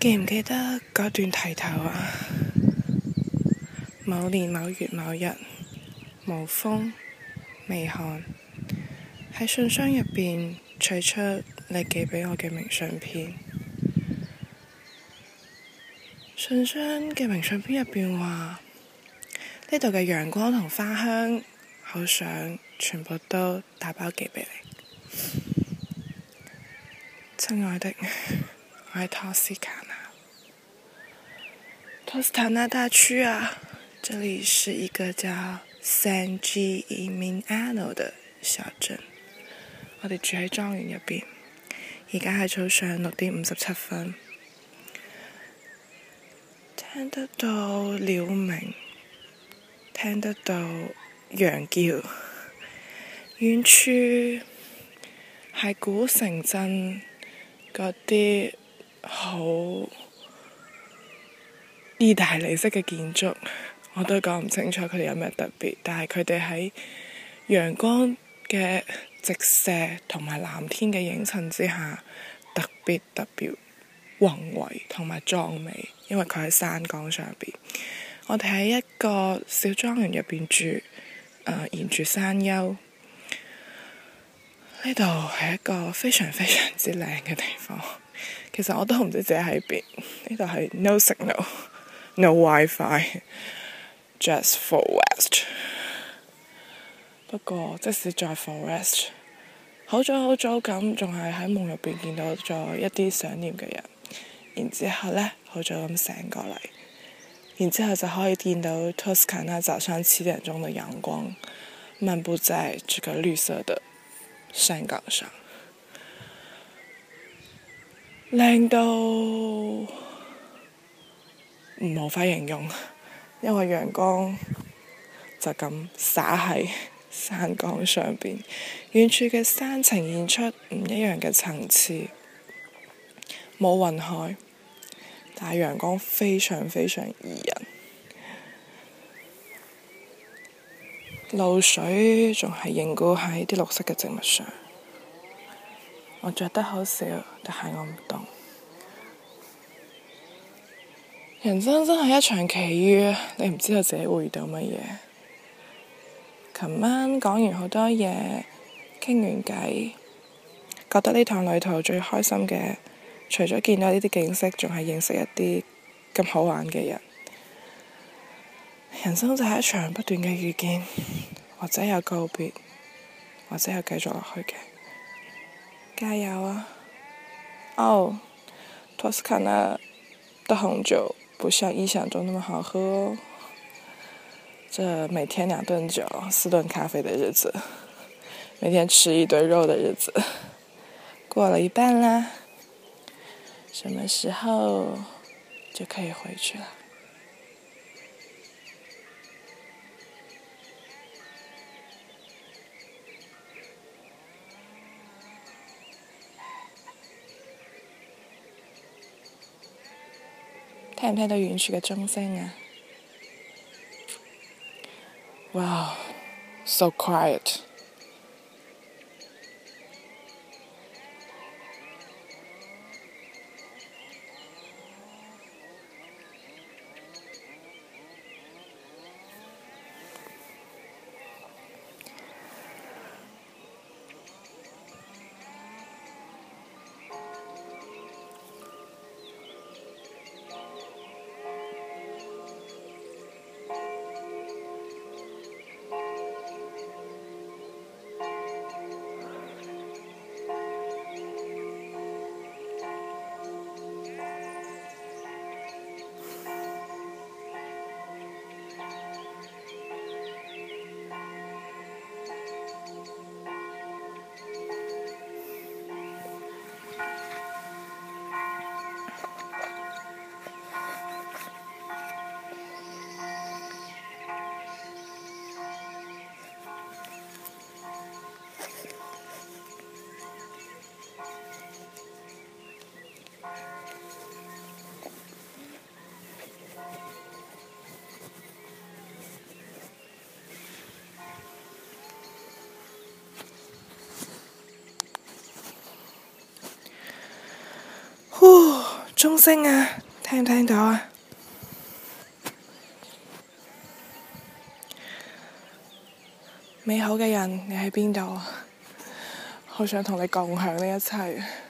記唔記得嗰段題頭啊？某年某月某日，無風微寒，喺信箱入邊取出你寄俾我嘅明信片。信箱嘅明信片入邊話，呢度嘅陽光同花香，好想全部都打包寄俾你。親愛的，我係托斯卡納。托斯卡納大區啊，這裡是一個叫 San Gimignano 的小鎮。我哋住喺莊園入邊，而家係早上6:57。聽得到鳥鳴，聽得到羊叫，遠處係古城鎮嗰啲好意大利式嘅建築，我都講唔清楚佢哋有咩特別，但係佢哋喺陽光嘅直射同埋藍天嘅映襯之下，特別宏偉同埋壯美，因為佢喺山崗上邊。我哋喺一個小莊園入邊住，沿住山丘。呢度係一個非常非常之靚嘅地方。其實我都唔知自己喺邊。呢度係 no signal、no wifi、just forest。不過即使在 forest，好早咁，仲係喺夢入邊見到咗一啲想念嘅人。然之後呢，好早咁醒過嚟，然之後就可以見到托斯卡納早上7點鐘的陽光漫步在這個綠色的山崗上，靚到無法形容，因為陽光就咁灑喺山崗上邊，遠處嘅山呈現出唔一樣嘅層次，冇雲海，但係陽光非常非常宜人，露水仲係凝固喺啲綠色嘅植物上。我着得好少，但係我唔凍。人生真係一場奇遇，你唔知道自己會遇到乜嘢。琴晚講完好多嘢，傾完偈，覺得呢趟旅途最開心嘅，除咗見到呢啲景色，仲係認識一啲咁好玩嘅人。人生就係一場不斷嘅遇見，或者有告別，或者有繼續落去嘅。加油啊！哦，托斯卡納的紅酒不像意想中那麼好喝哦。這每天2頓酒、4頓咖啡的日子，每天吃一堆肉的日子，過了一半啦。什麼時候就可以回去了？聽唔聽到遠處嘅鐘聲啊？Wow, so quiet. 終鐘聲啊，聽唔聽到啊？美好嘅人，你喺邊度？好想同你共享呢一切。